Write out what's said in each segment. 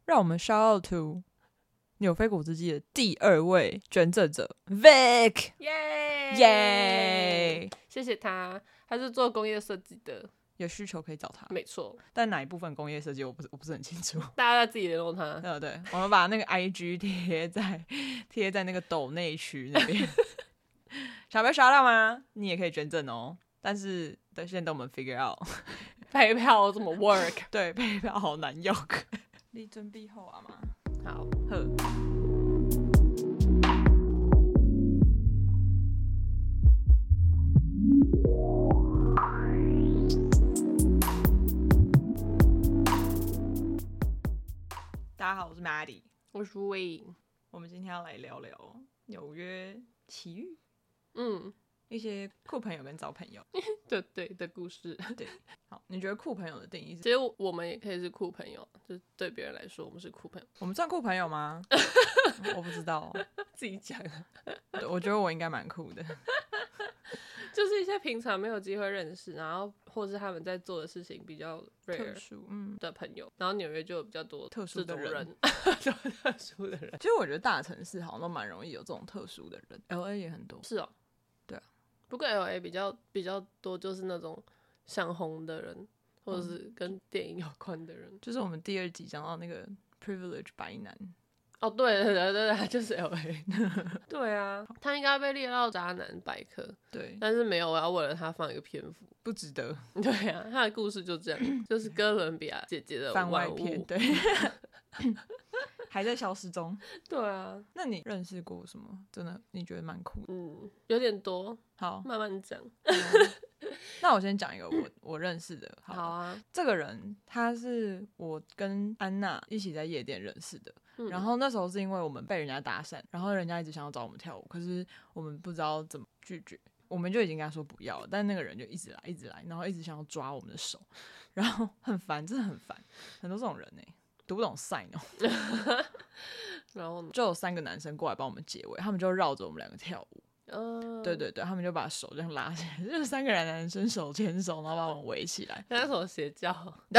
让我们 shout out to 纽非果汁机的第2位捐赠者 Vic， 耶！ 谢谢他，他是做工业设计的， 有需求可以找他。 没错， 但哪一部分工业设计我不是很清楚。 大家自己联络他。 对，我们把那个 IG 贴在那个抖内区那边。想被刷到吗？你也可以捐赠哦。但是先等我们 figure out 配票怎么 work。 对，配票好难用。你准备好啊吗？ 好， 好。大家好，我是 Maddie， 我是 Wayne。 我们今天要来聊聊纽约奇遇，一些酷朋友跟糟朋友， 对的故事。 对，好，你觉得酷朋友的定义是？ 其实我们也可以是酷朋友，就是对别人来说我们是酷朋友。 我们算酷朋友吗？我不知道， 自己讲。 对，我觉得我应该蛮酷的。 就是一些平常没有机会认识，然后或是他们在做的事情比较 rare 的朋友，然后纽约就有比较多特殊的人， 特殊的人。 其实我觉得大城市好像都蛮容易有这种特殊的人 ，LA 也很多。 是哦， 对啊。 不过 LA 比较多就是那种想红的人，或者是跟电影有关的人。 就是我们第2集讲到那个 privilege 白男。 哦，对，他就是 LA。对啊，他应该被列到渣男百科。 对， 但是没有，我要为了他放一个篇幅， 不值得。 对啊，他的故事就这样，就是哥伦比亚姐姐的番外篇，对，还在消失中。 对啊， 那你认识过什么？真的你觉得蛮酷的？ 有点多。 好， 慢慢讲。 那我先讲一个我认识的。好啊， 这个人他是我跟安娜一起在夜店认识的。然后那时候是因为我们被人家搭讪，然后人家一直想要找我们跳舞，可是我们不知道怎么拒绝，我们就已经跟他说不要了，但那个人就一直来，然后一直想要抓我们的手，然后很烦，真的很烦，很多这种人读不懂 sign 哦。 然后就有3个男生过来帮我们结尾，他们就绕着我们2个跳舞。对，他们就把手这样拉起来，就是3个男生手牵手，然后把我们围起来。 那什么邪教？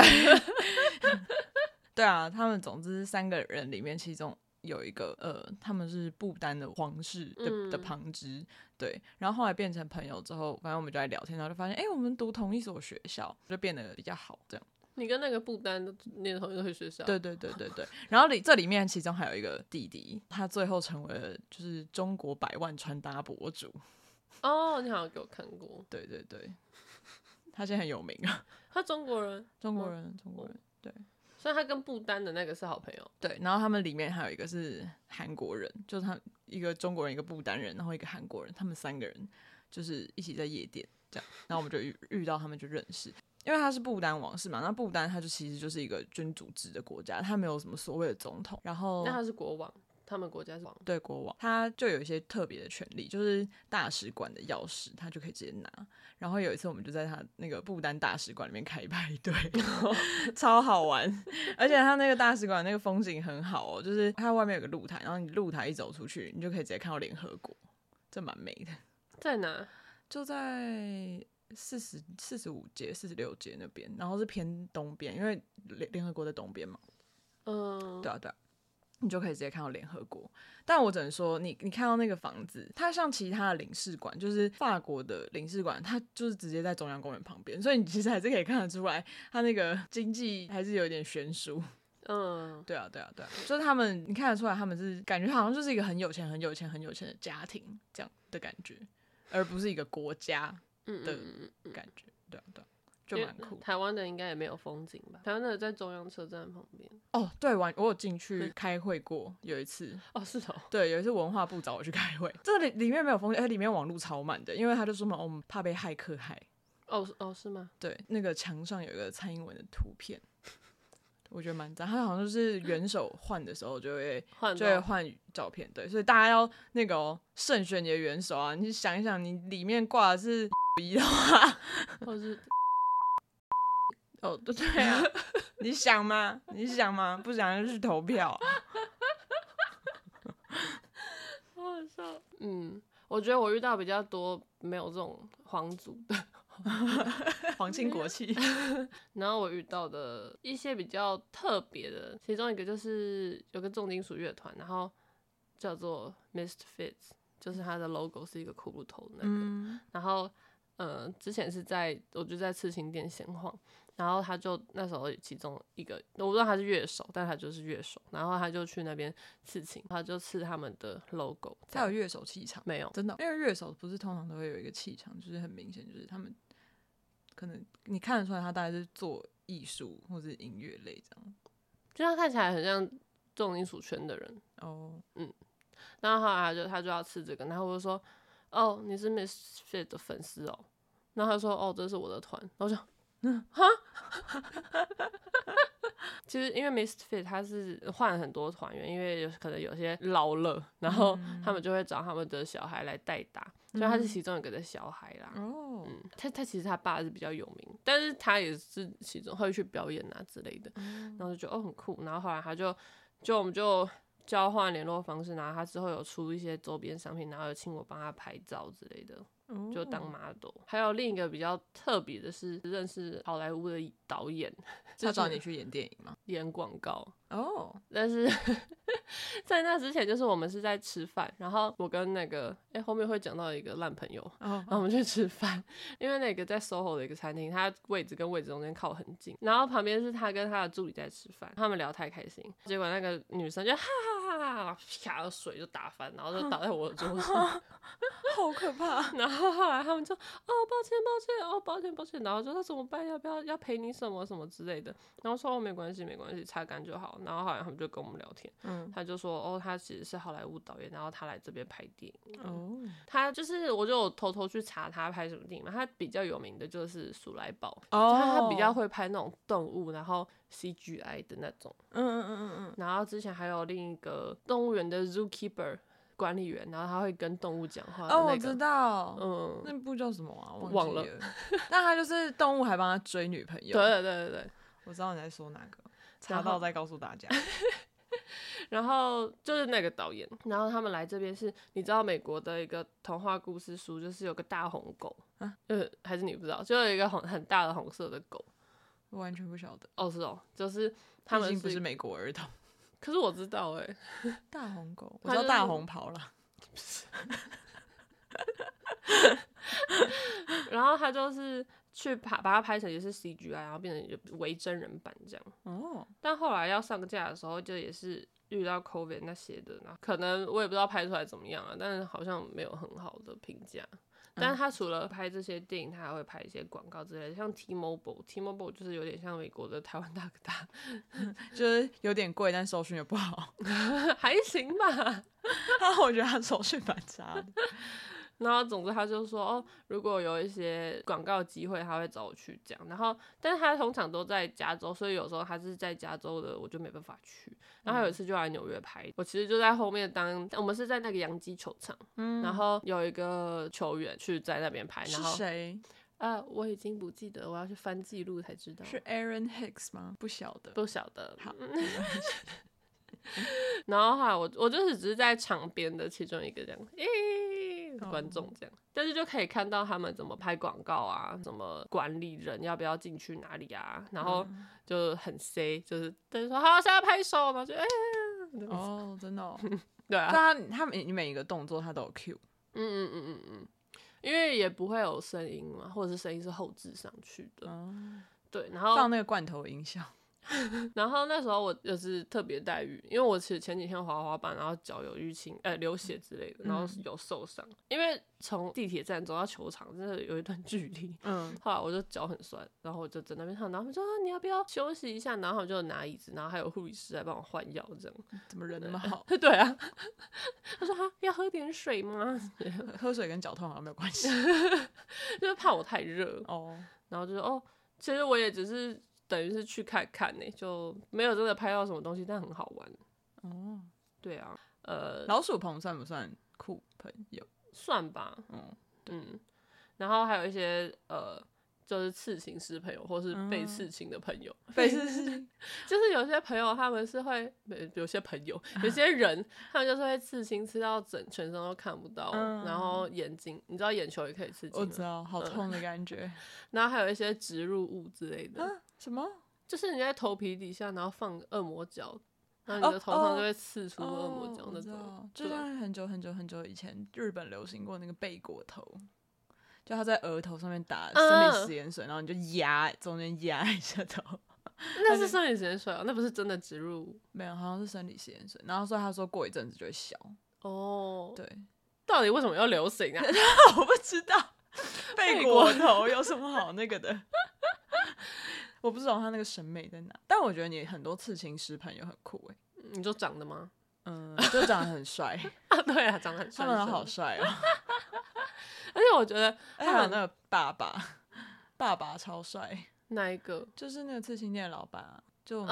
对啊，他们总之3个人里面，其中有一个他们是不丹的皇室的旁支，对，然后后来变成朋友之后，反正我们就在聊天，然后就发现，我们读同一所学校，就变得比较好，这样。 你跟那个不丹都念同一个学校？ 对。然后这里面其中还有一个弟弟，他最后成为了就是中国100万穿搭博主。 哦，你好像给我看过。 对，他现在很有名啊。 他中国人， 对。 所以他跟不丹的那个是好朋友。 对，然后他们里面还有一个是韩国人，就是他一个中国人，一个不丹人，然后一个韩国人，他们3个人就是一起在夜店这样，然后我们就遇到他们就认识。因为他是不丹王室嘛，那不丹他就其实就是一个君主制的国家，他没有什么所谓的总统。然后那他是国王，他们国家是王。 对，国王他就有一些特别的权利，就是大使馆的钥匙他就可以直接拿。然后有一次我们就在他那个不丹大使馆里面开派对，超好玩。而且他那个大使馆那个风景很好哦，就是它外面有个露台，然后你露台一走出去，你就可以直接看到联合国，这蛮美的。在哪？就在45街、46街那边，然后是偏东边，因为联合国在东边嘛。对啊，你就可以直接看到联合国。但我只能说，你看到那个房子，它像其他的领事馆，就是法国的领事馆，它就是直接在中央公园旁边，所以你其实还是可以看得出来，它那个经济还是有点悬殊。对啊，就是他们，你看得出来，他们是感觉好像就是一个很有钱的家庭这样的感觉，而不是一个国家的感觉。对啊，就蛮酷。 台湾的应该也没有风景吧？台湾的在中央车站旁边。 对，我有进去开会过，有一次。 是哦。 对，有一次文化部找我去开会，这里面没有风景，里面网路超慢的，因为他就说嘛，我们怕被骇客害。 是吗？ 对，那个墙上有一个蔡英文的图片，我觉得蛮赞。他好像就是元首换的时候就会换照片，对，所以大家要那个慎选你的元首啊！你想一想，你里面挂的是一的话， 或是对啊，你想吗？不想就去投票。 好好笑。我觉得我遇到比较多没有这种皇族的皇亲国戚。 然后我遇到的一些比较特别的，其中一个就是有个重金属乐团，然后叫做 Misfits， 就是它的 logo 是一个骷髅头的那个，然后之前是我就在刺青店闲晃，然后他就那时候其中一个我不知道他是乐手，但他就是乐手，然后他就去那边刺青，他就刺他们的 logo。 他有乐手气场？ 没有， 真的，因为乐手不是通常都会有一个气场，就是很明显，就是他们可能你看得出来他大概是做艺术或是音乐类这样， 就他看起来很像重金属圈的人哦， 然后后来他就要刺这个，然后我就说哦你是 Misfit 的粉丝哦，然后他说哦这是我的团，然后我就哈其实因为 Misfit 他是换了很多团员，因为可能有些老了，然后他们就会找他们的小孩来代打，所以他是其中一个的小孩啦。他其实他爸是比较有名，但是他也是其中会去表演啊之类的，然后就觉得哦很酷，然后后来我们就交换联络方式，然后他之后有出一些周边商品，然后有请我帮他拍照之类的。就当 model。还有另一个比较特别的是认识好莱坞的导演， 他找你去演电影吗？ 演广告哦， 但是在那之前就是我们是在吃饭，然后我跟那个后面会讲到一个烂朋友，然后我们去吃饭，因为那个在 SOHO 的一个餐厅，他位置跟位置中间靠很近，然后旁边是他跟他的助理在吃饭，他们聊太开心，结果那个女生就哈哈哈哈，啪水就打翻，然后就倒在我的桌上。 好可怕！ 然后后来他们就抱歉，然后就说怎么办？要赔你什么什么之类的。然后说没关系，擦干就好。然后后来他们就跟我们聊天，他就说他其实是好莱坞导演，然后他来这边拍电影。他就是我就有偷偷去查他拍什么电影嘛，他比较有名的就是《鼠来宝》，他比较会拍那种动物，然后 CGI 的那种。然后之前还有另一个动物园的 Zookeeper。管理员，然后他会跟动物讲话的那个。 我知道，那部叫什么啊？ 忘了。 但他就是动物还帮他追女朋友。 对， 我知道你在说哪个，查到再告诉大家。 然后就是那个导演，然后他们来这边是，你知道美国的一个童话故事书，就是有个大红狗，还是你不知道，就有一个很大的红色的狗。 我完全不晓得。 是哦，就是他们不是美国儿童。 可是我知道大红狗，我知道大红袍了。 然后他就是去把它拍成也是 CGI， 然后变成为真人版这样。但后来要上架的时候，就也是遇到 COVID 那些的，可能我也不知道拍出来怎么样啊，但是好像没有很好的评价。但是他除了拍这些电影，他还会拍一些广告之类的，像 T-Mobile 就是有点像美国的台湾大哥大， 就是有点贵，但收讯也不好， 还行吧。 我觉得他收讯蛮差的。 然后总之他就说如果有一些广告机会他会找我去讲，然后但是他通常都在加州，所以有时候他是在加州的我就没办法去。然后有一次就来纽约拍，我其实就在后面我们是在那个洋基球场，然后有一个球员去在那边拍。然后是谁？ 我已经不记得，我要去翻记录才知道。 是 Aaron Hicks 吗？不晓得。好。 然后后来我就是只是在场边的其中一个这样观众这样，但是就可以看到他们怎么拍广告啊，怎么管理人要不要进去哪里啊，然后就很 say， 就是等于说好现在拍手，然后就真的对啊， 他每一个动作他都有 cue。 因为也不会有声音嘛，或者是声音是後置上去的。对，然后放那个罐头音效。 然后那时候我就是特别待遇，因为我其实前几天滑滑板，然后脚有淤青，流血之类的，然后有受伤。因为从地铁站走到球场真的有一段距离，后来我就脚很酸，然后我就在那边看，然后他们说你要不要休息一下，然后我就拿椅子，然后还有护理师来帮我换药，这样。 怎么人那么好？ 对啊，他说要喝点水吗？ 喝水跟脚痛好像没有关系， 就是怕我太热然后就说其实我也只是。等于是去看看就没有真的拍到什么东西，但很好玩。对啊， 老鼠棚算不算酷朋友？ 算吧。然后还有一些就是刺青师朋友，或是被刺青的朋友。 被刺青就是有些朋友他们是会，有些朋友，有些人他们就是会刺青，刺到全身都看不到，然后眼睛，你知道眼球也可以刺青吗？ 我知道，好痛的感觉。 然后还有一些植入物之类的。 什么？ 就是你在头皮底下，然后放恶魔角，然后你的头上就会刺出恶魔角那种。 就像很久很久很久以前日本流行过那个贝果头，就他在额头上面打生理食盐水，然后你就中间压一下头。 那是生理食盐水那不是真的植入物。 没有，好像是生理食盐水。然后所以他说过一阵子就会消。对， 到底为什么要流行啊？ 我不知道。贝果头有什么好那个的？我不知道他那个审美在哪，但我觉得你很多刺青师朋友很酷你就长得吗？ 就长得很帅。 对啊，长得很帅， 他们好帅哦。 而且我觉得还有那个爸爸超帅。 哪一个？ 就是那个刺青店的老板啊，就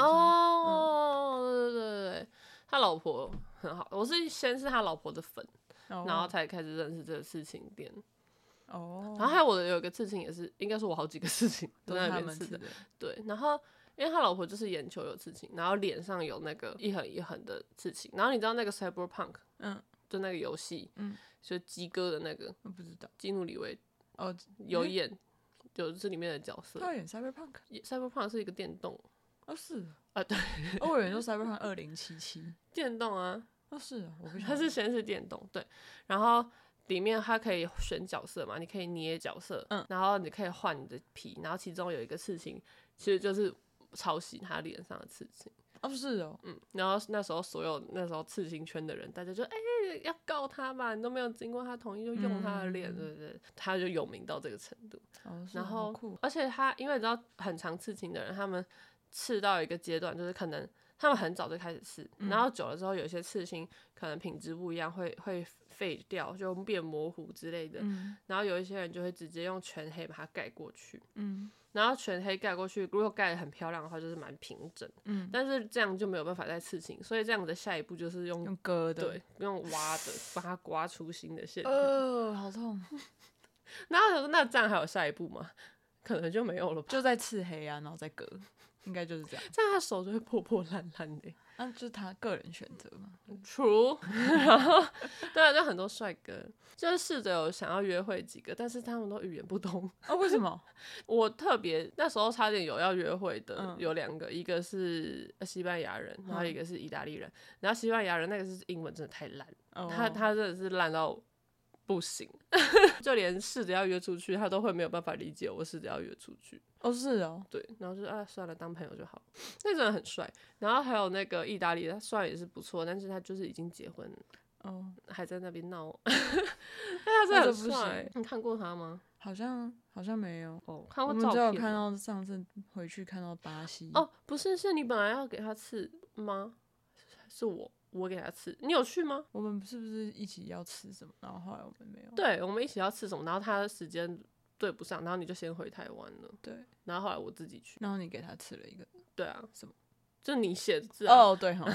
对，他老婆很好。我是先是他老婆的粉，然后才开始认识这个刺青店。然后还有我有一个刺青也是，应该是我好几个刺青都在那边刺的。对，然后因为他老婆就是眼球有刺青，然后脸上有那个一横一横的刺青。然后你知道那个 Cyberpunk，就那个游戏，就鸡哥的那个， 我不知道， 基努里维有演，就是里面的角色。 他有演 Cyberpunk 是一个电动。 是对。 我以为说 Cyberpunk 2077 电动啊。 是我不晓得。 他是先是电动，对，然后里面它可以选角色嘛，你可以捏角色，然后你可以换你的皮，然后其中有一个刺青，其实就是抄袭他脸上的刺青。 是哦。 然后那时候刺青圈的人，大家就要告他吧，你都没有经过他同意就用他的脸，对不对？他就有名到这个程度。然后而且他因为你知道很常刺青的人，他们刺到一个阶段，就是可能他们很早就开始刺，然后久了之后，有些刺青可能品质不一样，会废掉，就变模糊之类的。然后有一些人就会直接用全黑把它盖过去。然后全黑盖过去，如果盖得很漂亮的话，就是蛮平整。但是这样就没有办法再刺青，所以这样的下一步就是用割的， 对，用挖的，把它刮出新的线条。 好痛。 然后那这样还有下一步吗？可能就没有了吧， 就在刺黑啊，然后再割。应该就是这样， 这样他手就会破破烂烂的。 就是他个人选择嘛。 True。然后对啊，就很多帅哥，就是试着有想要约会几个，但是他们都语言不通。 为什么？ 我特别那时候差点有要约会的，有2个，一个是西班牙人，然后一个是意大利人。然后西班牙人那个是英文真的太烂，他真的是烂到不行。就连试着要约出去，他都会没有办法理解我试着要约出去。 是哦。 对，然后就算了，当朋友就好。那真的很帅。然后还有那个意大利的，他虽然也是不错，但是他就是已经结婚了，还在那边闹。但他真的很帅。你看过他吗？ 好像没有。 看过照片。 我们只有看到上次回去看到巴西。 不是，是你本来要给他刺吗？是我给他刺，你有去吗？ 我们是不是一起要刺什么？然后后来我们没有。 对，我们一起要刺什么，然后他的时间对不上，然后你就先回台湾了。 对， 然后后来我自己去。 然后你给他刺了一个。 对啊。 什么？ 就你写的字啊。 对哈。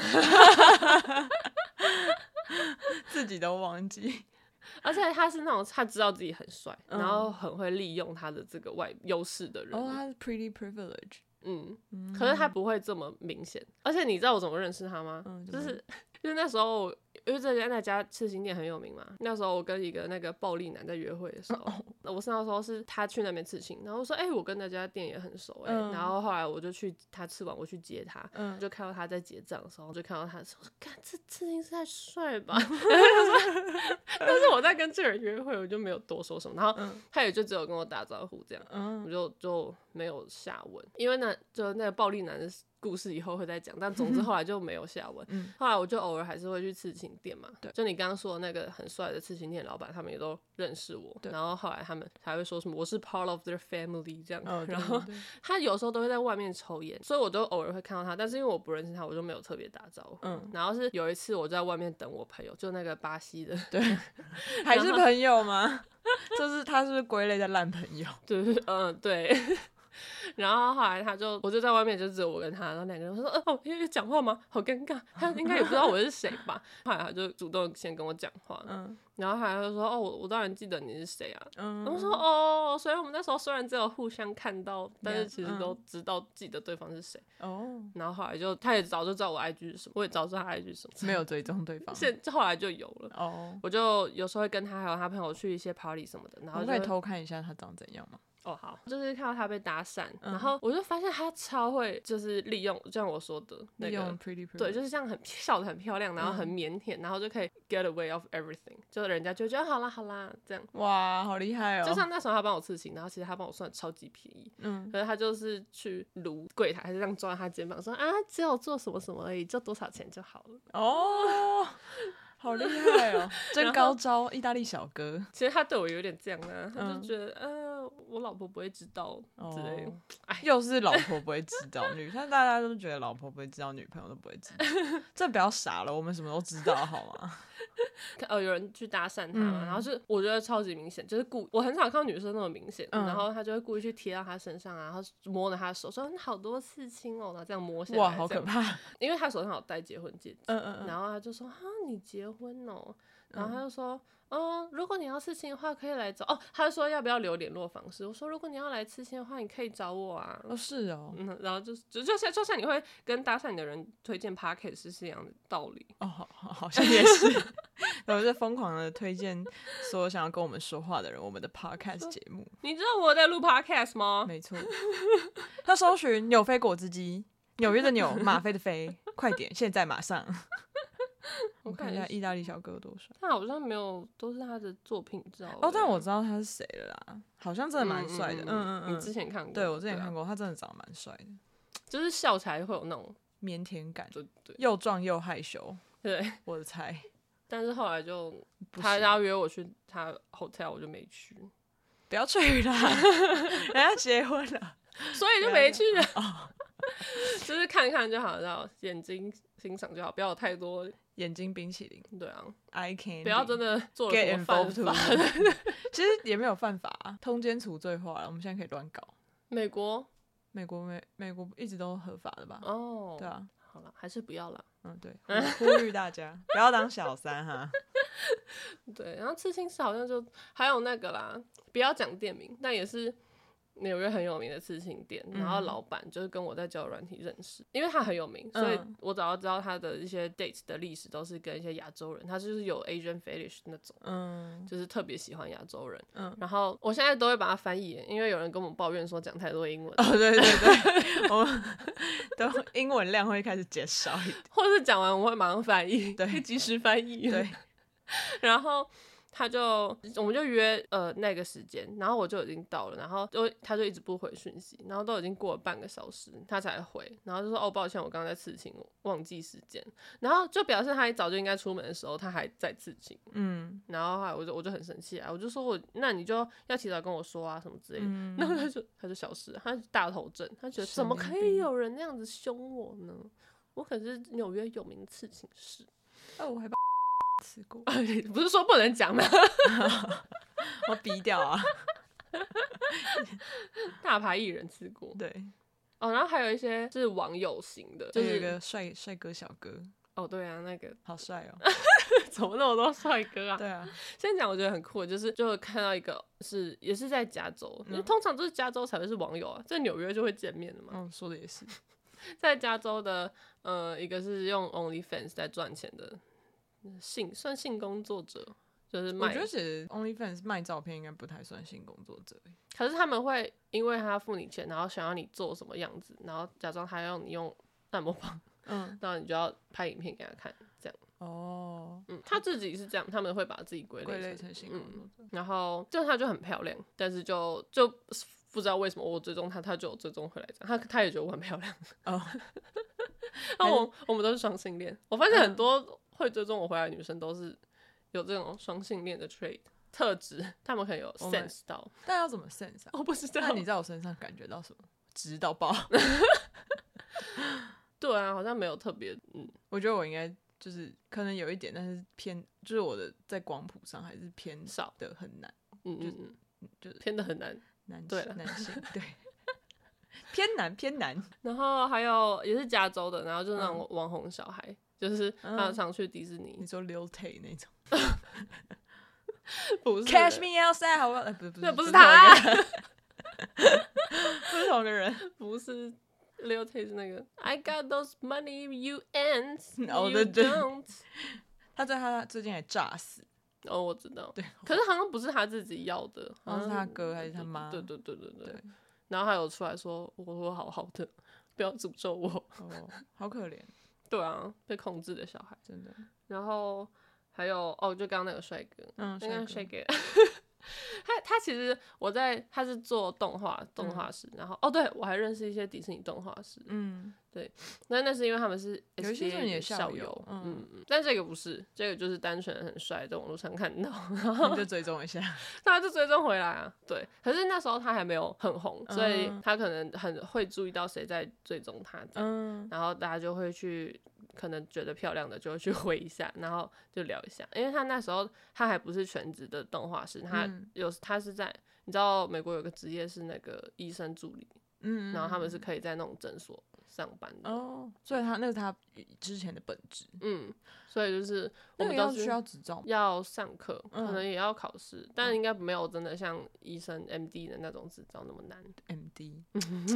自己都忘记。 而且他是那种他知道自己很帅，然后很会利用他的这个优势的人。 他是 pretty privilege。 可是他不会这么明显。而且你知道我怎么认识他吗？就是那时候，因为那家刺青店很有名嘛。那时候我跟一个那个暴力男在约会的时候，我是那时候是他去那边刺青，然后我说我跟那家店也很熟然后后来我就去他刺完，我去接他，就看到他在结账的时候，就看到他说，干这刺青师太帅吧。但是我在跟这个人约会，我就没有多说什么，然后他也就只有跟我打招呼这样，我就没有下文，因为那个暴力男的故事以后会再讲，但总之后来就没有下文。后来我就偶尔还是会去刺青店嘛，就你刚刚说的那个很帅的刺青店老板，他们也都认识我，然后后来他们还会说什么我是 part of their family 这样，然后他有时候都会在外面抽烟，所以我都偶尔会看到他，但是因为我不认识他，我就没有特别打招呼。然后是有一次我在外面等我朋友，就那个巴西的， 对，还是朋友吗？就是他是不是归类在烂朋友？ 对，对。 然后后来我就在外面就只有我跟他，然后两个人说要讲话吗？好尴尬，他应该也不知道我是谁吧。后来他就主动先跟我讲话，然后后来他就说我当然记得你是谁啊。然后我说所以我们那时候虽然只有互相看到，但是其实都知道记得对方是谁。然后后来他也早就知道我 IG 是什么，我也早知道他 IG 是什么， 没有追踪对方。 后来就有了。我就有时候会跟他还有他朋友去一些 party 什么的，然后我可以偷看一下他长怎样吗？ 好，就是看到他被搭讪，然后我就发现他超会，就是利用，就像我说的那个， 利用 pretty， 对，就是这样笑得很漂亮，然后很腼腆，然后就可以 get away of everything， 就人家就觉得好啦这样。 哇，好厉害哦！ 就像那时候他帮我刺青，然后其实他帮我算超级便宜，可是他就是去撸柜台，还是这样抓他肩膀说只有做什么什么而已，就多少钱就好了。 好厉害哦！真高招，意大利小哥。 其实他对我有点这样啊，他就觉得我老婆不会知道之类的。 又是老婆不会知道，女生大家都觉得老婆不会知道，女朋友都不会知道。这不要傻了，我们什么都知道好吗？ 有人去搭讪他嘛，然后我觉得超级明显，就是我很少看到女生那么明显，然后他就会故意去贴到他身上啊，然后摸着他的手说你好多刺青哦，然后这样摸下来， 哇，好可怕！ 因为他手上有戴结婚戒指，然后他就说你结婚哦，然后他就说如果你要刺青的话可以来找他就说要不要留联络方式，我说如果你要来刺青的话你可以找我啊。 是哦， 然后就像你会跟搭讪你的人推荐 podcast 是一样的道理。 好像也是。我在疯狂的推荐所有想要跟我们说话的人我们的 podcast 节目。 你知道我在录 podcast 吗？ 没错。要搜寻纽菲果汁机，纽约的纽，吗啡的啡，快点，现在马上。我看一下意大利小哥有多帅。 他好像没有，都是他的作品照。 但我知道他是谁了啦，好像真的蛮帅的。 你之前看过？ 对，我之前看过，他真的长得蛮帅的， 就是笑起来会有那种腼腆感， 对， 又壮又害羞。 对， 我的菜。 但是后来就他要约我去他 hotel， 我就没去。 不要去啦，人家结婚了， 所以就没去了。就是看看就好，然后眼睛欣赏就好，不要有太多眼睛冰淇淋。 对啊 ，eye candy， 不要真的做了什么犯法。 其实也没有犯法啊，通奸除罪化了，我们现在可以乱搞。 美国一直都合法的吧？对啊。 好了，还是不要了。 对，呼吁大家不要当小三哈。 对，然后刺青师好像就还有那个啦，不要讲店名，但也是纽约很有名的刺青店，然后老板就是跟我在交友软体认识，因为他很有名，所以我早就知道他的一些 date 的历史都是跟一些亚洲人，他就是有 Asian fetish 那种，就是特别喜欢亚洲人，然后我现在都会把它翻译，因为有人跟我们抱怨说讲太多英文， 对，我们都英文量会开始减少一点， 或是讲完我会马上翻译， 对， 即时翻译， 对， 然后。我们就约那个时间，然后我就已经到了，然后他就一直不回讯息，然后都已经过了半个小时他才回，然后就说抱歉我刚刚在刺青，我忘记时间，然后就表示他早就应该出门的时候他还在刺青，然后后来我就很生气啊，我就说那你就要提早跟我说啊什么之类的，然后他就消失了，他大头症，他觉得怎么可以有人那样子凶我呢？我可是纽约有名的刺青师， 我还吃过， 不是说不能讲吗？ 我逼掉啊！ 大牌艺人吃过， 对。 然后还有一些是网友型的，就是有一个帅哥小哥。 对啊，那个好帅哦！ 怎么那么多帅哥啊？ 对啊， 先讲我觉得很酷，就看到一个也是在加州，因为通常都是加州才会是网友啊，在纽约就会见面的嘛。 说的也是， 在加州的一个是用 OnlyFans 在赚钱的。算性工作者，就是卖。 我觉得其实 OnlyFans 卖照片应该不太算性工作者， 可是他们会因为他付你钱，然后想要你做什么样子，然后假装他要你用按摩棒，然后你就要拍影片给他看，这样。他自己是这样，他们会把自己归类成性工作者。然后他就很漂亮，但是就不知道为什么我追踪他就有追踪回来这样，他也觉得我很漂亮。然后我们都是双性恋，我发现很多。会追踪我回来的女生都是有这种双性恋的 trait 特质，他们可能有 sense 到。 但要怎么 sense 啊？ 我不知道。 那你在我身上感觉到什么？直到爆。 对啊，好像没有特别。 我觉得我应该就是可能有一点，但是偏就是我的在光谱上还是偏少的很难。 就是偏的很难。对了， 男性对。 偏难。 然后还有也是加州的，然后就是那种网红小孩，就是他常去迪士尼。 你说 Lil Tay 那种？ 不是 Catch me outside， 好不好？ 不是他， 不是同个人， 不是 Lil Tay 是那个 I got those money you ain't， 对 you don't。 他最近还炸死。 哦，我知道。 对， 可是好像不是他自己要的， 好像是他哥还是他妈。 对。然后还有出来说，我说好好的，不要诅咒我。 哦，好可怜。 对啊，被控制的小孩， 真的。 然后还有就刚刚那个帅哥，那个帅哥。他其实他是做动画师，然后对我还认识一些迪士尼动画师，对，那是因为他们是 SDA 的校友，但这个不是，这个就是单纯的很帅，在网络上看到， 你就追踪一下， 他就追踪回来啊，对，可是那时候他还没有很红，所以他可能很会注意到谁在追踪他，然后大家就会去。可能觉得漂亮的就会去回一下，然后就聊一下，因为他那时候他还不是全职的动画师，他是在你知道美国有个职业是那个医生助理，然后他们是可以在那种诊所上班的所以那是他之前的本职， 所以就是我们都需要执照， 要上课，可能也要考试，但应该没有真的像医生 MD 的那种执照那么难。 MD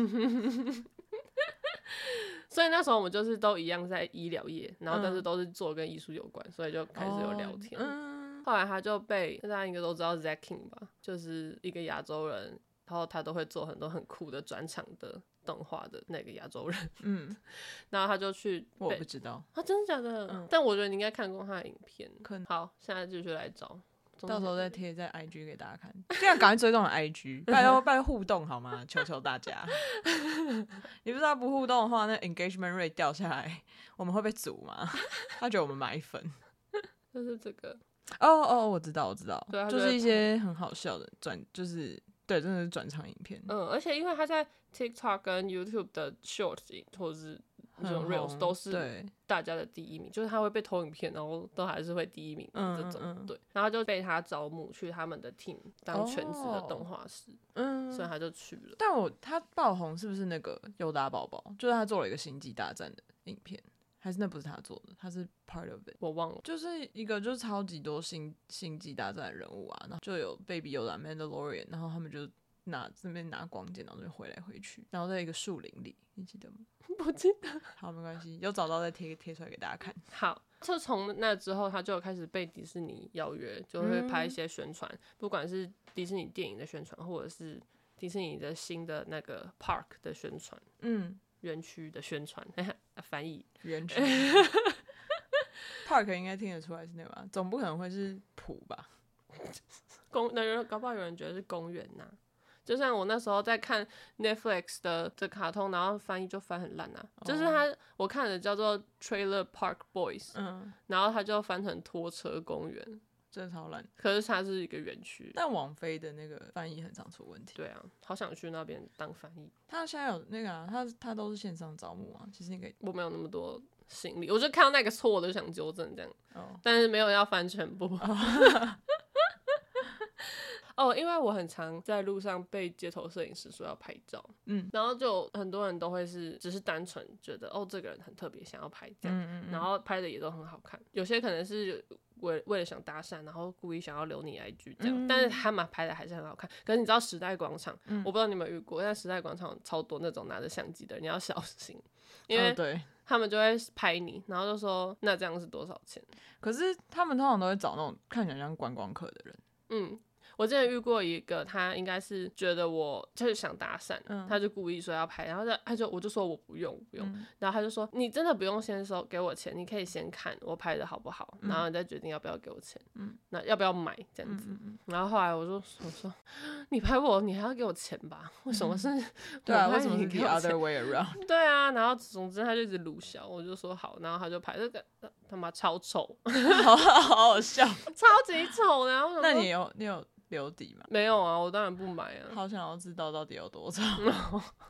所以那时候我们就是都一样在医疗业，然后但是都是做跟艺术有关，所以就开始有聊天。后来他就被大家应该都知道 Zack King 吧，就是一个亚洲人，然后他都会做很多很酷的转场的动画的那个亚洲人。然后他就去， 我不知道真的假的？但我觉得你应该看过他的影片。好，现在继续来找。 到时候再贴在 IG 给大家看，这样赶快追踪我的 IG， 拜托互动好吗？求求大家！你不知道不互动的话，那 engagement rate 掉下来，我们会被阻吗？他觉得我们买粉， 就是这个。 我知道， 对， 就是一些很好笑的就是对，真的是转场影片。 而且因为他在 TikTok 跟 YouTube 的 Shorts 或者是这种 Reels 都是大家的第一名，就是他会被投影片，然后都还是会第一名的这种，对，然后就被他招募去他们的 team 当全职的动画师，所以他就去了。 但他爆红是不是那个尤达宝宝？就是他做了一个星际大战的影片，还是那不是他做的？他是 part of it， 我忘了。 就是一个就是超级多星际大战的人物啊，然后就有 Baby Yoda、Mandalorian， 然后他们就这边拿光剑，然后就回来回去，然后在一个树林里，你记得吗？ 不记得。 好，没关系，有找到再贴出来给大家看。 好，就从那之后，他就开始被迪士尼邀约，就会拍一些宣传，不管是迪士尼电影的宣传，或者是迪士尼的新的那个 park 的宣传，园区的宣传，翻译园区。park 应该听得出来是那个吧？总不可能会是浦吧？ 搞不好有人觉得是公园呐。就像我那时候在看 Netflix 的卡通，然后翻译就翻很烂啊。就是我看的叫做 Trailer Park Boys，然后他就翻成拖车公园， 真的超烂。 可是它是一个园区。 但网飞的那个翻译很常出问题。 对啊，好想去那边当翻译。 他现在有那个他都是线上招募啊，其实你可以。 我没有那么多心力，我就看到那个错我就想纠正这样，但是没有要翻全部。因为我很常在路上被街头摄影师说要拍照，然后就很多人都会只是单纯觉得这个人很特别，想要拍这样，然后拍的也都很好看。有些可能是为了想搭讪，然后故意想要留你 IG 这样，但是他们拍的还是很好看。可是你知道时代广场，我不知道你有没有遇过，但时代广场超多那种拿着相机的人，你要小心，因为他们就会拍你，然后就说那这样是多少钱？ 可是他们通常都会找那种看起来像观光客的人。 我之前遇过一个，他应该是觉得我就是想搭讪，他就故意说要拍，然后我就说我不用，然后他就说你真的不用先给我钱，你可以先看我拍的好不好，然后你再决定要不要给我钱，那要不要买这样子。然后后来我说你拍我，你还要给我钱吧？为什么是？ 对啊，为什么是 the other way around？ 对啊，然后总之他就一直鲁小，我就说好，然后他就拍这个他妈超丑， 好笑， 超级丑的。 那你有留底吗？ 没有啊，我当然不买啊。 好想要知道到底有多丑。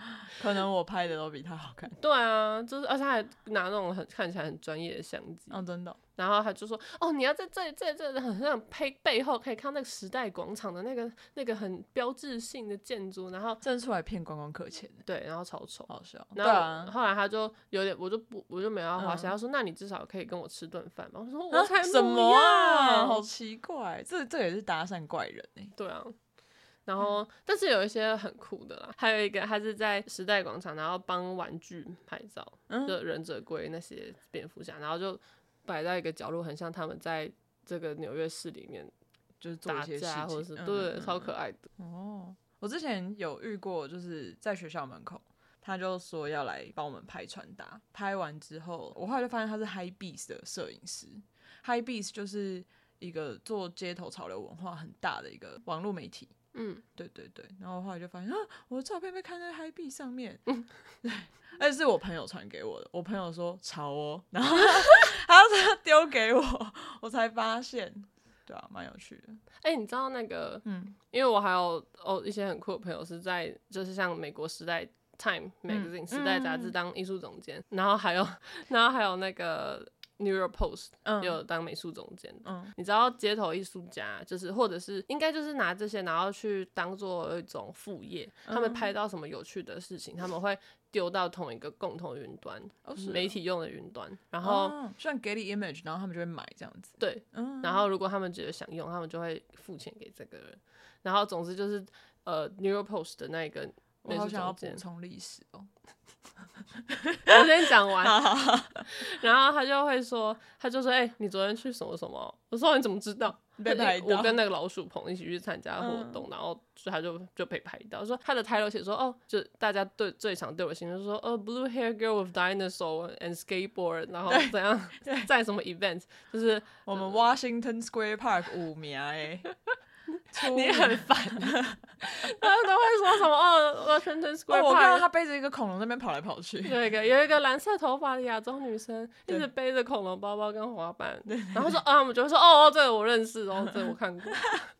可能我拍的都比他好看。 对啊，就是而且他还拿那种看起来很专业的相机。 哦，真的哦。 然后他就说：“哦，你要在这很像背后可以看到那个时代广场的那个很标志性的建筑。”然后真的出来骗观光客钱。 对，然后超丑， 好笑。 然后后来他就有点，我就没有要花钱。他说：“那你至少可以跟我吃顿饭嘛。”我说：“我才不要。” 什么啊，好奇怪，这也是搭讪怪人欸。 对啊。然后，但是有一些很酷的啦，还有一个他是在时代广场，然后帮玩具拍照，就忍者龟那些蝙蝠侠，然后就摆在一个角落，很像他们在这个纽约市里面就是做一些事情， 或者是对，超可爱的。 哦，我之前有遇过，就是在学校门口，他就说要来帮我们拍穿搭，拍完之后，我后来就发现他是 Hypebeast 的摄影师。Hypebeast 就是一个做街头潮流文化很大的一个网络媒体。对对对，然后后来就发现我的照片被看在 Hypebeast 上面。对，而且是我朋友传给我的，我朋友说潮哦，然后他就丢给我，我才发现。对啊，蛮有趣的。 你知道那个，因为我还有一些很酷的朋友是在，就是像美国时代 Time Magazine 时代杂志当艺术总监，然后还有那个New York Post 有当美术总监。你知道街头艺术家就是或者是应该就是拿这些然后去当做一种副业，他们拍到什么有趣的事情，他们会丢到同一个共同云端，媒体用的云端，然后像 Getty Image， 然后他们就会买这样子。 对，然后如果他们觉得想用，他们就会付钱给这个人。然后总之就是New York Post 的那个美术总监，我好想要补充历史哦。 我先讲完，然后他就说，你昨天去什么什么？我说你怎么知道？ 被拍到。 我跟那个老鼠棚一起去参加活动，然后他就被拍到。说他的 title 写说，就大家最常对我形容说，blue hair girl with dinosaur and skateboard， 然后怎样在什么 event， 就是我们 Washington Square Park 5名你很烦，他都会说什么Washington Square Park。 我看到他背着一个恐龙那边跑来跑去。 对，有一个蓝色头发的亚洲女生，一直背着恐龙包包跟滑板，然后说他们就会说这个我认识哦，这个我看过。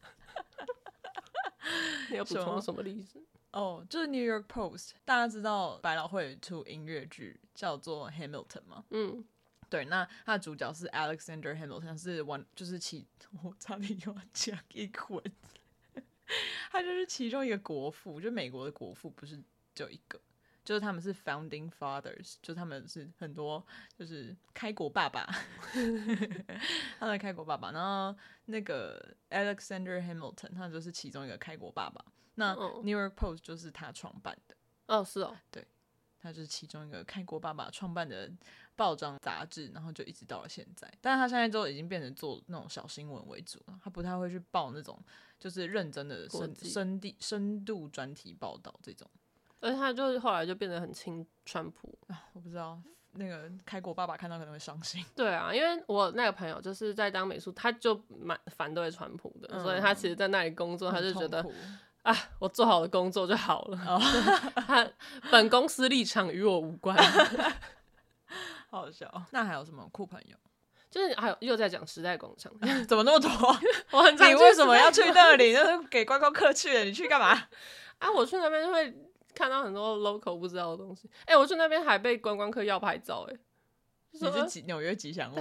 你要补充什么例子？ 就是 New York Post， 大家知道百老汇出音乐剧叫做 Hamilton 吗？对，那他的主角是 Alexander Hamilton， 是就是我差点又要讲一混，他就是其中一个国父，就美国的国父不是只有一个，就是他们是 Founding Fathers， 就他们是很多就是开国爸爸，他的开国爸爸，然后那个 Alexander Hamilton 他就是其中一个开国爸爸，那 New York Post 就是他创办的。 是哦， 对，他就是其中一个开国爸爸创办的报章杂志，然后就一直到了现在。但是他现在都已经变成做那种小新闻为主了，他不太会去报那种就是认真的深度专题报道这种。 而且他就后来就变得很亲川普我不知道那个开国爸爸看到可能会伤心。 对啊，因为我那个朋友就是在当美术，他就蛮反对川普的，所以他其实在那里工作，他就觉得我做好的工作就好了。他本公司立场与我无关。 好笑。那还有什么酷朋友？ 就是还有又在讲时代广场， 怎么那么多？ 我很常你为什么要去那里？那是给观光客去的，你去干嘛？ 我去那边就会看到很多 local 不知道的东西。我去那边还被观光客要拍照。 你是纽约吉祥物？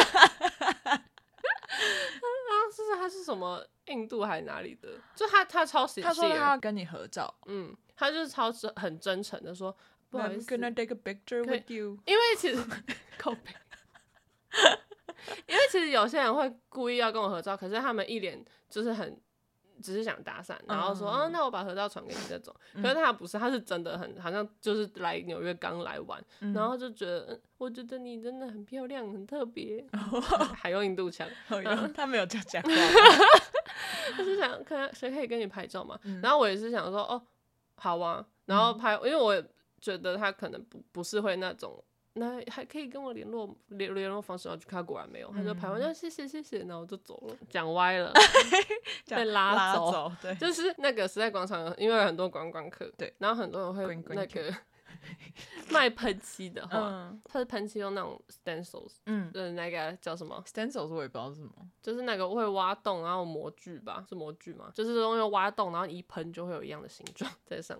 他是什么印度还是哪里的？就他超喜， 他说他要跟你合照。 他就是很真诚的说，不好意思 ，Can I take a picture with you？ 因为其实因为其实有些人会故意要跟我合照，可是他们一脸就是只是想搭讪，然后说那我把合照传给你这种。可是他不是，他是真的很好像就是来纽约刚来玩，然后就觉得我觉得你真的很漂亮，很特别，还用印度腔。 他没有这样讲话。 他是想看谁可以跟你拍照嘛，然后我也是想说好啊，然后拍，因为我觉得他可能不是会那种。那还可以跟我联络方式，然后去看，果然没有，他就拍完谢谢，然后我就走了，讲歪了，被拉走。 对， 就是那个时代广场，因为有很多观光客，对，然后很多人会那个卖喷漆的话，他是喷漆用那种 stencils， 那个叫什么 stencils 我也不知道是什么， 就是那个会挖洞，然后模具吧，是模具吗？就是用挖洞，然后一喷就会有一样的形状在上面。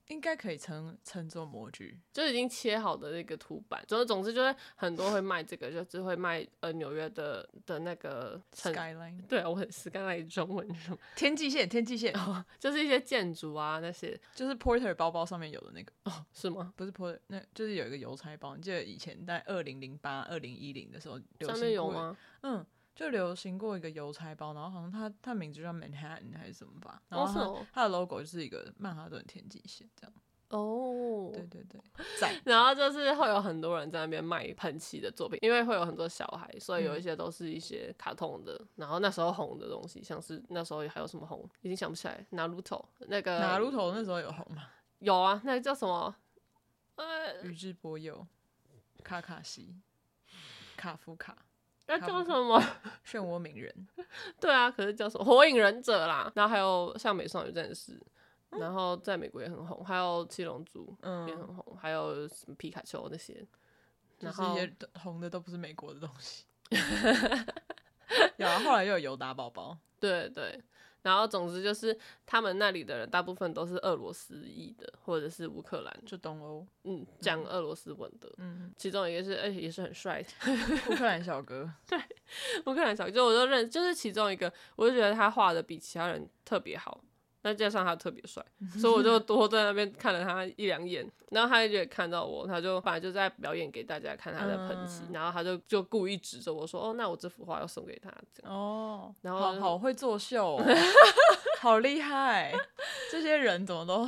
应该可以称作模具， 就已经切好的那个图板。总之就是很多会卖这个，就是会卖纽约的那个 skyline。 对啊，我很 skyline 中文是什么？ 天际线， 就是一些建筑啊那些， 就是 Porter 包包上面有的那个。 哦，是吗？ 不是 Porter， 那就是有一个邮差包。你记得以前在2008、2010的时候流行过， 上面有吗？ 就流行过一个邮差包，然后好像它名字叫 Manhattan 还是什么吧，然后它的 logo 就是一个曼哈顿天际线这样。 哦， 对对对， 然后就是会有很多人在那边卖喷漆的作品，因为会有很多小孩，所以有一些都是一些卡通的，然后那时候红的东西，像是那时候还有什么红，已经想不起来。Naruto 那个 Naruto 那时候有红吗？ 有啊，那个叫什么？ 宇智波鼬、卡卡西、卡夫卡。 那叫什么？ 漩涡鸣人。 对啊，可是叫什么？火影忍者啦。然后还有像美少女战士，然后在美国也很红，还有七龙珠也很红，还有什么皮卡丘那些。 就是一些红的都不是美国的东西。有啊，后来又有尤达宝宝。 对对。然后总之就是他们那里的人大部分都是俄罗斯裔的，或者是乌克兰， 就东欧， 讲俄罗斯文的，其中一个是也是很帅的乌克兰小哥， 对，乌克兰小哥，就我就就是其中一个，我就觉得他画的比其他人特别好。再加上他特别帅，所以我就多在那边看了他1、2眼，然后他也看到我，他就本来就在表演给大家看他的喷漆，然后他就故意指着我说：“哦，那我这幅画要送给他。”这样哦， 然后好会作秀哦，好厉害，这些人怎么都……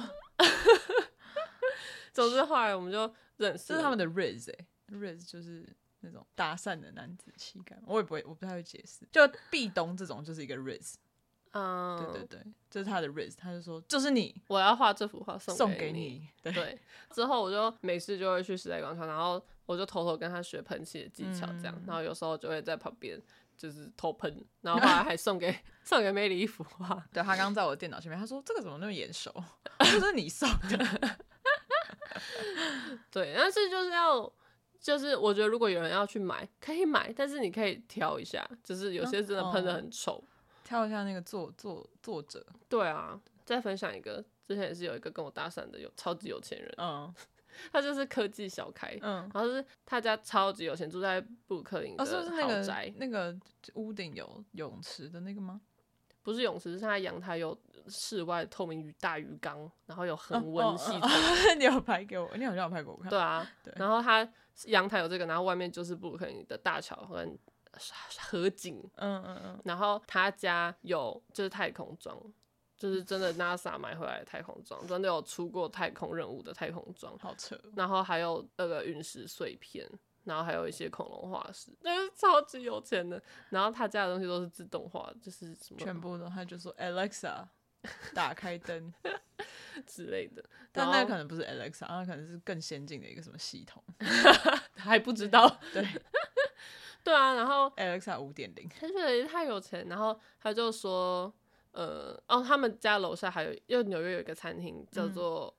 总之后来我们就认识， 这是他们的 Riz 就是那种搭讪的男子气概，我不太会解释，就壁咚这种就是一个 Riz。对对对，这是他的 Riz， 他就说就是你， 我要画这幅画送给你。 对，之后我就没事就会去时代广场，然后我就偷偷跟他学喷漆的技巧，这样，然后有时候就会在旁边就是偷喷，然后后来还送给梅里一幅画。 对，他刚在我的电脑前面，他说这个怎么那么眼熟？这是你送的。 对，但是就是我觉得如果有人要去买，可以买，但是你可以挑一下，就是有些真的喷得很丑。 挑一下那个作者。 对啊，再分享一个，之前也是有一个跟我搭讪的超级有钱人，他就是科技小开，然后是他家超级有钱，住在布鲁克林的豪宅， 是那个屋顶有泳池的那个吗？ 不是泳池，是他阳台有室外透明大鱼缸，然后有恒温系统。 你有拍给我，你好像有拍给我看。 对啊，然后他阳台有这个，然后外面就是布鲁克林的大桥跟河景，然后他家有就是太空装，就是真的 NASA 买回来的太空装，真的有出过太空任务的太空装， 好扯。 然后还有那个陨石碎片，然后还有一些恐龙化石，就是超级有钱的。然后他家的东西都是自动化，就是什么全部的，他就说 Alexa 打开灯之类的。 但那可能不是 Alexa， 那可能是更先进的一个什么系统， 还不知道。 对。 对啊，然后 Alexa 5.0， 他觉得太有钱，然后他就说，他们家楼下还有，因为纽约有一个餐厅叫做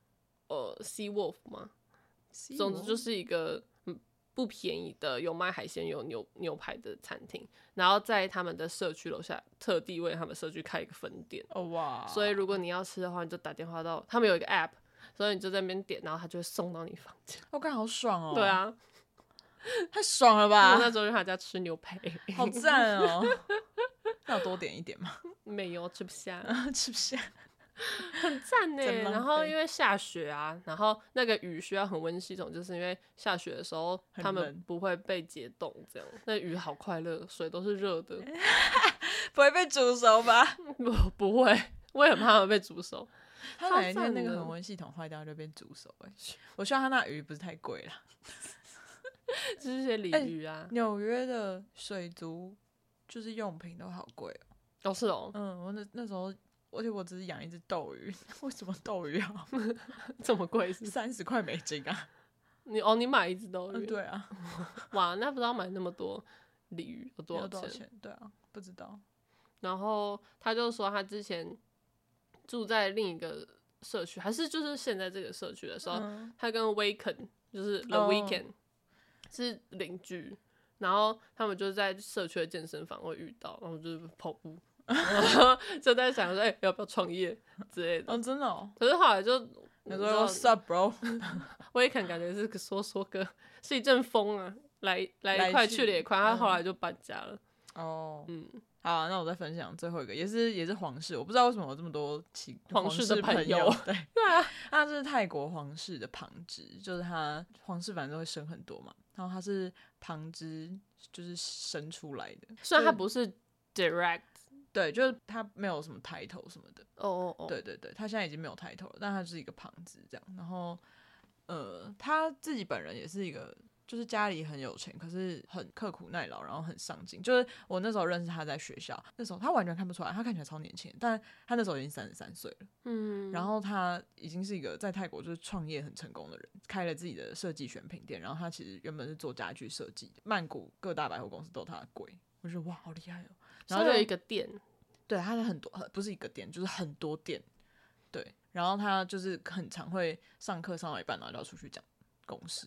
Sea Wolf 嘛，总之就是一个不便宜的有卖海鲜有牛排的餐厅，然后在他们的社区楼下特地为他们社区开一个分店。 哇！ 所以如果你要吃的话，你就打电话到他们有一个 app， 所以你就在那边点，然后他就会送到你房间。 我感觉好爽哦！ 对啊。 太爽了吧！ 我那时候去他家吃牛排， 好赞哦！那有多点一点吗？ 没有，吃不下， 吃不下， 很赞呢。然后因为下雪啊，然后那个鱼需要恒温系统，就是因为下雪的时候他们不会被解冻，这样那鱼好快乐，水都是热的， 不会被煮熟吧？ 不会，我也很怕它们被煮熟。 他哪一天那个恒温系统坏掉就被煮熟我希望他那鱼不是太贵啦。 就是些鲤鱼啊， 纽约的水族就是用品都好贵哦。是哦， 我那时候，而且我只是养一只斗鱼，为什么斗鱼啊这么贵？是 30块美金啊？ 你买一只斗鱼？ 对啊。 哇，那不知道买那么多鲤鱼有多少钱？ 对啊，不知道。 然后他就说他之前住在另一个社区，还是就是现在这个社区的时候，他跟 Waken 就是 The Weeknd。是邻居，然后他们就在社区的健身房会遇到，然后就是跑步，然后就在想说，要不要创业之类的。 真的哦。 可是后来就他说 What's up, bro？ 我也感觉是个说歌，是一阵风啊，来快去了也快，他后来就搬家了。 哦，好，那我再分享最后一个，也是皇室，我不知道为什么有这么多皇室的朋友， 对啊， 他是泰国皇室的旁支，就是他皇室反正都会生很多嘛，然后他是旁支，就是生出来的， 虽然他不是 direct， 对，就是他没有什么title什么的， 哦， 对，他现在已经没有title了，但他是一个旁支这样，然后他自己本人也是一个。就是家里很有钱，可是很刻苦耐劳，然后很上进。就是我那时候认识他在学校，那时候他完全看不出来，他看起来超年轻，但他那时候已经33岁了。然后他已经是一个在泰国就是创业很成功的人，开了自己的设计选品店。然后他其实原本是做家具设计的，曼谷各大百货公司都有他的柜，我觉得哇，好厉害哦。然后有一个店， 对，他的很多不是一个店，就是很多店。对，然后他就是很常会上课上到一半，然后就要出去讲公事。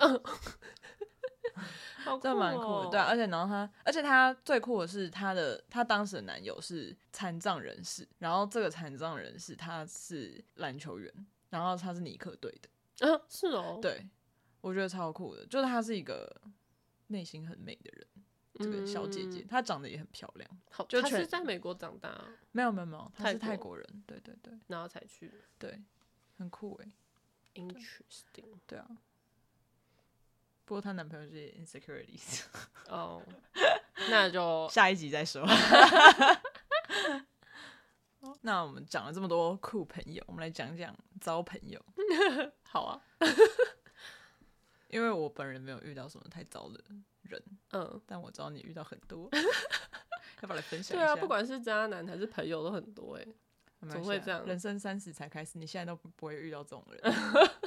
这蛮酷的，对啊，而且他最酷的是他当时的男友是残障人士，然后这个残障人士他是篮球员，然后他是尼克队的， 是哦， 对，我觉得超酷的，就是他是一个内心很美的人，这个小姐姐，她长得也很漂亮，就她是在美国长大， 没有，她是泰国人，对， 然后才去， 对，很酷欸 ，interesting， 对啊。不过她男朋友是 insecurities 哦，那就下一集再说。那我们讲了这么多酷朋友，我们来讲讲糟朋友。 好啊， 因为我本人没有遇到什么太糟的人，但我知道你遇到很多，要不要来分享一下？ 对啊，不管是渣男还是朋友都很多怎么会这样？ 人生30才开始，你现在都不会遇到这种人。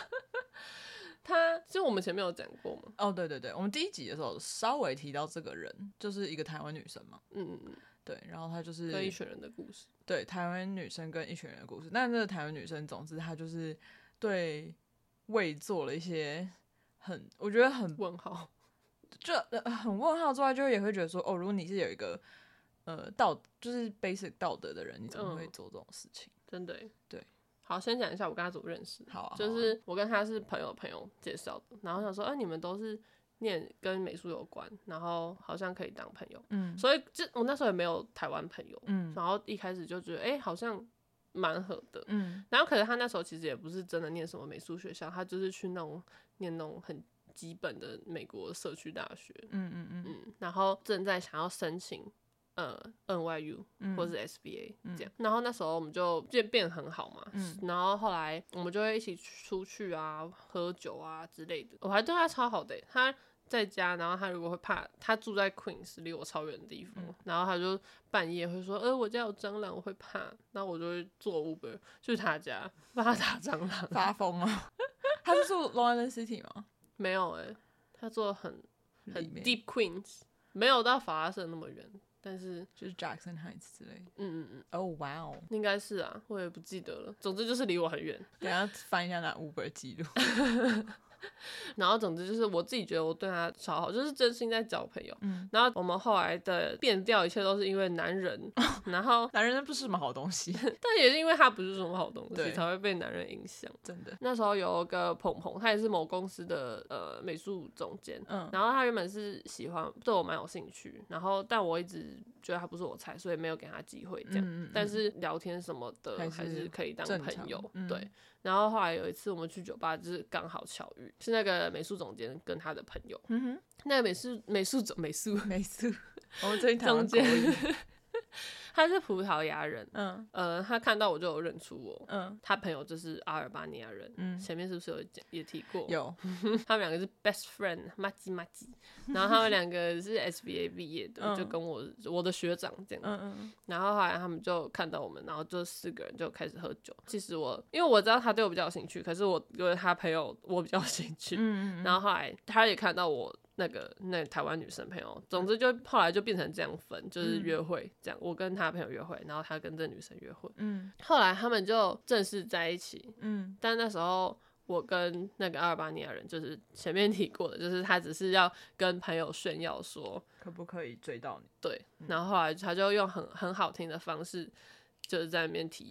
就我们前面有讲过嘛？ 哦，对，我们第一集的时候稍微提到这个人，就是一个台湾女生嘛。对，然后她就是跟一群人的故事。 对，台湾女生跟一群人的故事。但这个台湾女生，总之她就是对胃做了一些我觉得很问号， 就很问号之外，就也会觉得说，如果你是有一个就是 basic 道德的人，你怎么会做这种事情？ 真的对。 好，先讲一下我跟他怎么认识。 好啊， 就是我跟他是朋友介绍的，然后想说，你们都是念跟美术有关，然后好像可以当朋友。所以我那时候也没有台湾朋友，然后一开始就觉得，好像蛮合的。然后可是他那时候其实也不是真的念什么美术学校，他就是去念那种很基本的美国社区大学。然后正在想要申请。NYU 或是 SBA 这样，然后那时候我们就变很好嘛，然后后来我们就会一起出去啊、喝酒啊之类的。我还对他超好的，他在家，然后他如果会怕，他住在 Queens 离我超远的地方，然后他就半夜会说，我家有蟑螂，我会怕，然后我就会坐 Uber 去他家帮他打蟑螂， 发疯啊！他是住 Long Island City 吗？ 没有他住很 Deep Queens， 没有到法拉盛那么远。但是就是 Jackson Heights 之类的。哇哦， 应该是啊，我也不记得了。总之就是离我很远。 等一下翻一下那 Uber 记录。 然后总之就是我自己觉得我对他超好，就是真心在交朋友。然后我们后来的变调一切都是因为男人，然后男人不是什么好东西， 但也是因为他不是什么好东西，才会被男人影响。 真的， 那时候有个鹏鹏，他也是某公司的美术总监，然后他原本是喜欢对我蛮有兴趣，然后但我一直觉得他不是我菜，所以没有给他机会这样。但是聊天什么的还是可以当朋友，对。然后后来有一次我们去酒吧，就是刚好巧遇，是那个美术总监跟他的朋友，那个美术， 我们最近台湾口音。 他是葡萄牙人，他看到我就有认出我，他朋友就是阿尔巴尼亚人，前面是不是也提过？ 有， 他们两个是 best friend， 麻吉，然后他们两个是 SBA 毕业的，就跟我的学长这样，然后后来他们就看到我们，然后就4个人就开始喝酒。其实因为我知道他对我比较有兴趣，可是我对他朋友我比较有兴趣，然后后来他也看到我。那台湾女生朋友，总之就后来就变成这样分，就是约会这样，我跟他朋友约会，然后他跟这女生约会，后来他们就正式在一起，但那时候我跟那个阿尔巴尼亚人，就是前面提过的，就是他只是要跟朋友炫耀说可不可以追到你， 对，然后后来他就用很好听的方式，就是在那边提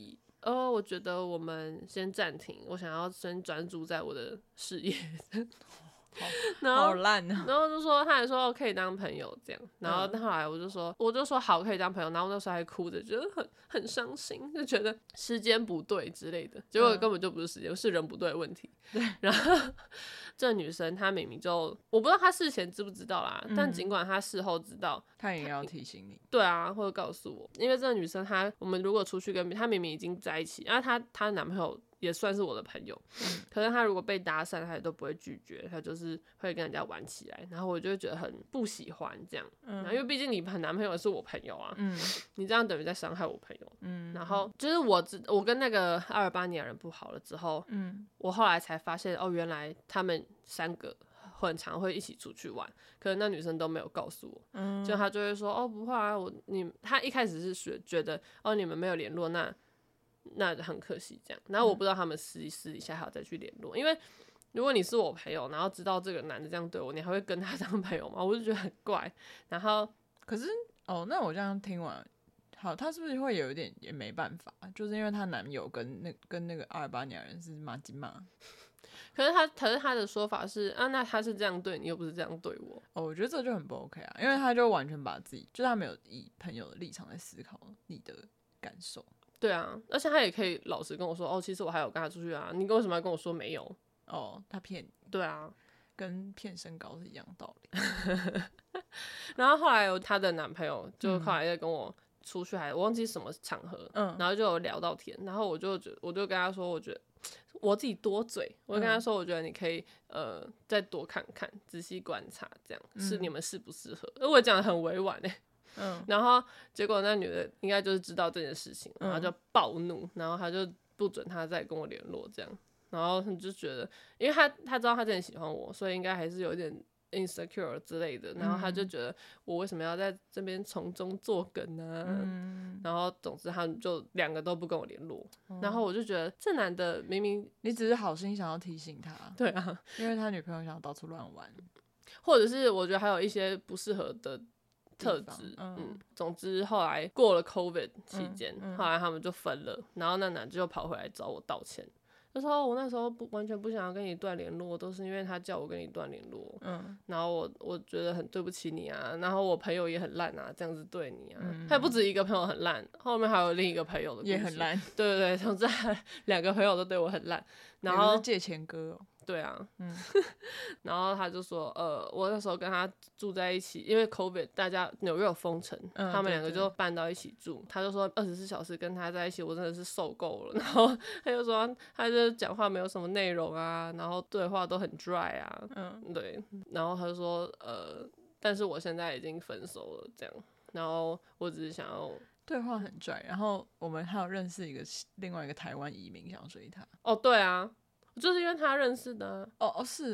我觉得我们先暂停，我想要先专注在我的事业。 好烂啊！ 然后就说，他还说可以当朋友这样，然后后来我就说好可以当朋友，然后那时候还哭着，觉得很伤心，就觉得时间不对之类的，结果根本就不是时间，是人不对的问题。 对， 然后这女生她明明就我不知道她事前知不知道啦，但尽管她事后知道， 她也要提醒你。 对啊，或者告诉我，因为这个女生我们如果出去跟她明明已经在一起，然后她男朋友也算是我的朋友，可是她如果被搭讪，她也都不会拒绝，她就是会跟人家玩起来，然后我就会觉得很不喜欢这样，然后因为毕竟你男朋友是我朋友啊，你这样等于在伤害我朋友，然后就是我跟那个阿尔巴尼亚人不好了之后，我后来才发现原来他们3个很常会一起出去玩，可是那女生都没有告诉我，就她就会说不会啊，她一开始是觉得你们没有联络，那很可惜这样，然后我不知道他们私底下还要再去联络，因为如果你是我朋友，然后知道这个男的这样对我，你还会跟他当朋友吗？我就觉得很怪。然后可是那我这样听完，好，他是不是会有一点也没办法，就是因为她男友跟那个阿尔巴尼亚人是马吉嘛？ 可是他的说法是那他是这样对你，又不是这样对我。 我觉得这就很不 OK 啊，因为他就完全把自己，就是他没有以朋友的立场来思考你的感受。 对啊，而且他也可以老实跟我说其实我还有跟他出去啊，你为什么要跟我说没有？ 他骗你。 对啊， 跟骗身高是一样的道理。 然后后来她的男朋友就后来在跟我出去，我忘记什么场合，然后就有聊到天，然后我就跟他说，我觉得我自己多嘴，我就跟他说，我觉得你可以再多看看，仔细观察，这样是你们适不适合。我讲得很委婉然后结果那女的应该就是知道这件事情，然后就暴怒，然后他就不准他再跟我联络这样，然后就觉得，因为他知道他真的喜欢我，所以应该还是有一点insecure 之类的，然后他就觉得我为什么要在这边从中作梗呢？然后总之他们就2个都不跟我联络，然后我就觉得这男的明明你只是好心想要提醒他， 对啊， 因为他女朋友想要到处乱玩， 或者是我觉得还有一些不适合的特质，总之后来过了 COVID 期间，后来他们就分了，然后那男的就跑回来找我道歉。就说我那时候完全不想要跟你断联络，都是因为他叫我跟你断联络，然后我觉得很对不起你啊，然后我朋友也很烂啊，这样子对你啊，他也不止一个朋友很烂，后面还有另一个朋友的故事也很烂， 对对对，总之2个朋友都对我很烂，然后是借钱哥对啊，然后他就说，我那时候跟他住在一起，因为 COVID 大家纽约有封城，他们2个就搬到一起住。他就说24小时跟他在一起，我真的是受够了。然后他就说，他就讲话没有什么内容啊，然后对话都很 dry 啊，对。然后他就说，但是我现在已经分手了，这样。然后我只是想要对话很dry，然后我们还有认识另外一个台湾移民想追他。 对啊。就是因为他认识的是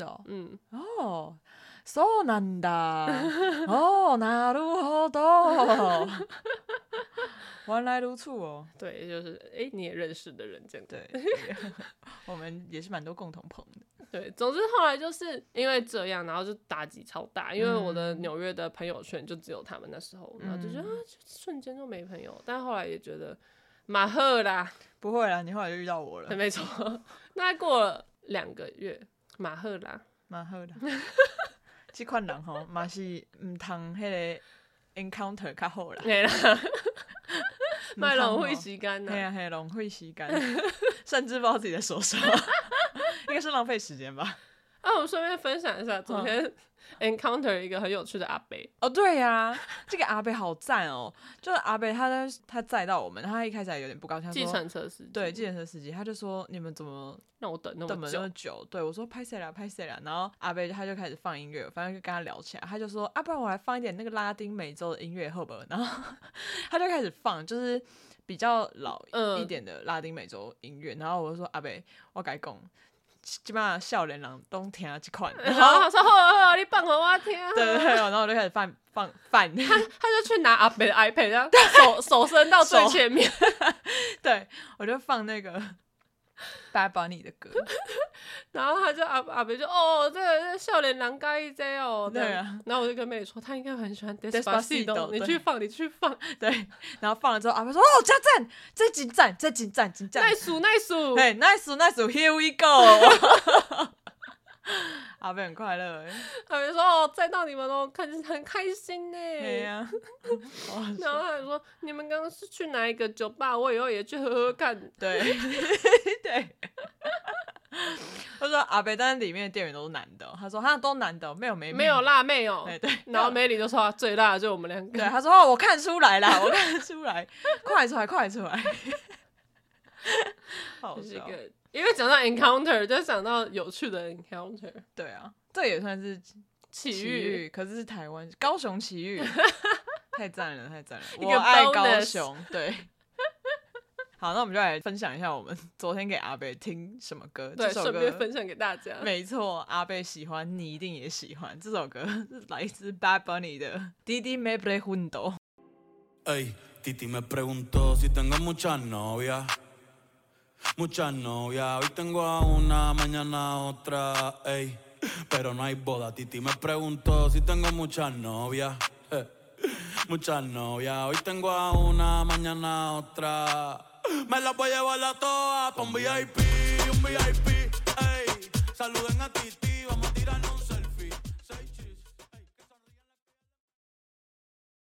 そうなんだなるほど原来如此对，就是你也认识的人这样， 对我们也是蛮多共同朋友的， 对，总之后来就是因为这样，然后就打击超大，因为我的纽约的朋友圈就只有他们那时候，然后就觉得瞬间就没朋友，但后来也觉得马赫啦， 不会啦，你后来就遇到我了， 没错，那过了2个月，马赫啦， 这款人吼嘛是唔通迄个 encounter 较好啦， 对啦，卖浪费时间呐， 嘿浪费时间，甚至不知道自己在说什么，应该是浪费时间吧。 我们顺便分享一下，昨天 encounter 一个很有趣的阿伯。 对呀，这个阿伯好赞哦！就是阿伯他载到我们，他一开始还有点不高兴， 计程车司机， 对，计程车司机，他就说你们怎么让我等那么久？对，我说拍谁啦，然后阿伯他就开始放音乐，反正就跟他聊起来，他就说不然我来放一点那个拉丁美洲的音乐好不好？然后他就开始放，就是比较老一点的拉丁美洲音乐，然后我就说阿伯，我跟你讲。基本上少年人都听这款， 然后他说好，你放给我听。 对，然后我就开始放，他就去拿阿伯的 iPad， 手伸到最前面， 对，我就放那个 Bad Bunny 的歌， 然后他就阿北就这个笑脸狼嘎一 J 哦， 对啊， 然后我就跟妹妹说，他应该很喜欢 Despacito， 你去放， 对，然后放了之后，阿北说加赞，再紧赞 ，nice， 嘿 ，nice，here we go 。阿北很快乐哎， 阿北说载到你们哦，很开心呢。 对呀， 然后他就说你们刚刚是去哪一个酒吧？我以后也去喝喝看。 对对。他说阿北，但是里面的店员都是男的，他说他都男的，没有辣妹哦。 对， 然后梅里就说最辣的就我们两个。 对，他说我看出来啦，我看出来，快出来。好笑。 因为讲到 encounter 就想到有趣的 encounter。 对啊，这也算是奇遇，可是台湾高雄奇遇，太赞了，我爱高雄。对，好，那我们就来分享一下我们昨天给阿北听什么歌。 对，顺便分享给大家。 没错，阿北喜欢，你一定也喜欢。这首歌是来自 Bad Bunny 的《Didi Me Pregunto》。 Ey, Titi me preguntó si tengo muchas novias. Muchas novias, hoy tengo a una, mañana a otra, ey. Pero no hay boda, Titi me preguntó si tengo muchas novias. Muchas novias, hoy tengo a una, mañana a otra. Me las voy a llevar a todas pa' un VIP, ey. Saluden a Titi.